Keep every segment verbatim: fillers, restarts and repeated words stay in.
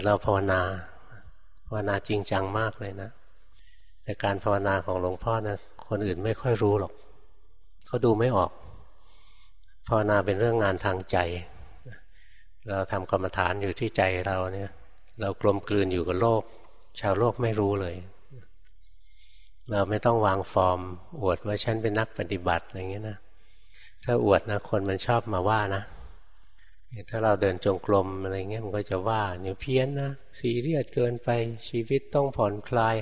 เราภาวนาภาวนาจริงจังมากเลยนะแต่การภาวนาของหลวงพ่อนะคนอื่นไม่ค่อยรู้หรอกเขาดูไม่ออกภาวนาเป็นเรื่องงานทางใจเราทำกรรมฐานอยู่ที่ใจเราเนี่ยเรากลมกลืนอยู่กับโลกชาวโลกไม่รู้เลยเราไม่ต้องวางฟอร์มอวดว่าฉันเป็นนักปฏิบัติอะไรเงี้ยนะถ้าอวดนะคนมันชอบมาว่านะถ้าเราเดินจงกรมอะไรเงี้ยมันก็จะว่าเนี่ยเพี้ยนนะซีเรียสเกินไปชีวิตต้องผ่อนคลาย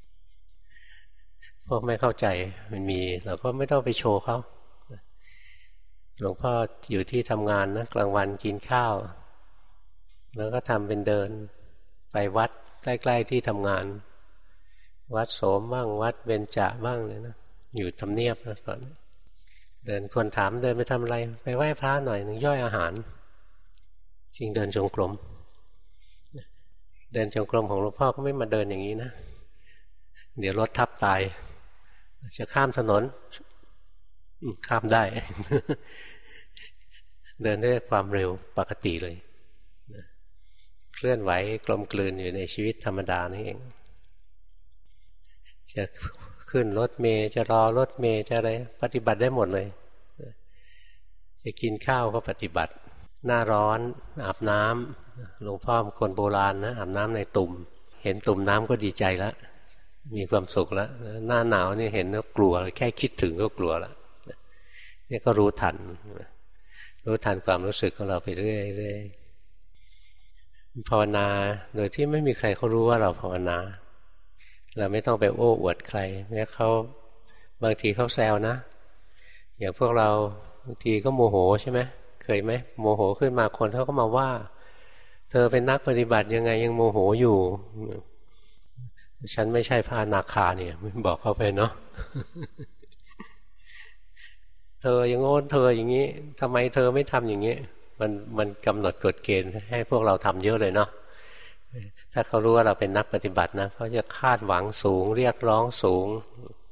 พวกไม่เข้าใจมันมีเราก็ไม่ต้องไปโชว์เขาหลวงพ่ออยู่ที่ทำงานนะกลางวันกินข้าวแล้วก็ทำเป็นเดินไปวัดใกล้ๆที่ทำงานวัดโสมบ้างวัดเบญจบ้างเลยนะอยู่ทำเนียบนะก่อนเดินคนถามเดินไปทำอะไรไปไหว้พระหน่อยหนึ่งย่อยอาหารจริงเดินจงกรมเดินจงกรมของหลวงพ่อก็ไม่มาเดินอย่างนี้นะเดี๋ยวรถทับตายจะข้ามถนนข้ามได้ เดินด้วยความเร็วปกติเลยเคลื่อนไหวกลมกลืนอยู่ในชีวิตธรรมดานี่เองจะขึ้นรถเมล์จะรอรถเมล์จะอะไรปฏิบัติได้หมดเลยจะกินข้าวก็ปฏิบัติหน้าร้อนอาบน้ำหลวงพ่อคนโบราณนะอาบน้ำในตุ่มเห็นตุ่มน้ำก็ดีใจแล้วมีความสุขแล้วหน้าหนาวนี่เห็นก็กลัวแค่คิดถึงก็กลัวแล้วนี่ก็รู้ทันรู้ทันความรู้สึกของเราไปเรื่อยๆภาวนาโดยที่ไม่มีใครเขารู้ว่าเราภาวนาเราไม่ต้องไปโอ้อวดใครแม้เขาบางทีเขาแซวนะอย่างพวกเราบางทีก็โมโหใช่ไหมเคยไหมโมโหขึ้นมาคนเขาก็มาว่าเธอเป็นนักปฏิบัติยังไงยังโมโหอยู่ฉันไม่ใช่พระอนาคาเนี่ยบอกเขาไปเนาะ เธออย่างโน้นเธออย่างนี้ทำไมเธอไม่ทำอย่างนี้มันมันกำหนดกฎเกณฑ์ให้พวกเราทำเยอะเลยเนาะถ้าเขารู้ว่าเราเป็นนักปฏิบัตินะเขาจะคาดหวังสูงเรียกร้องสูง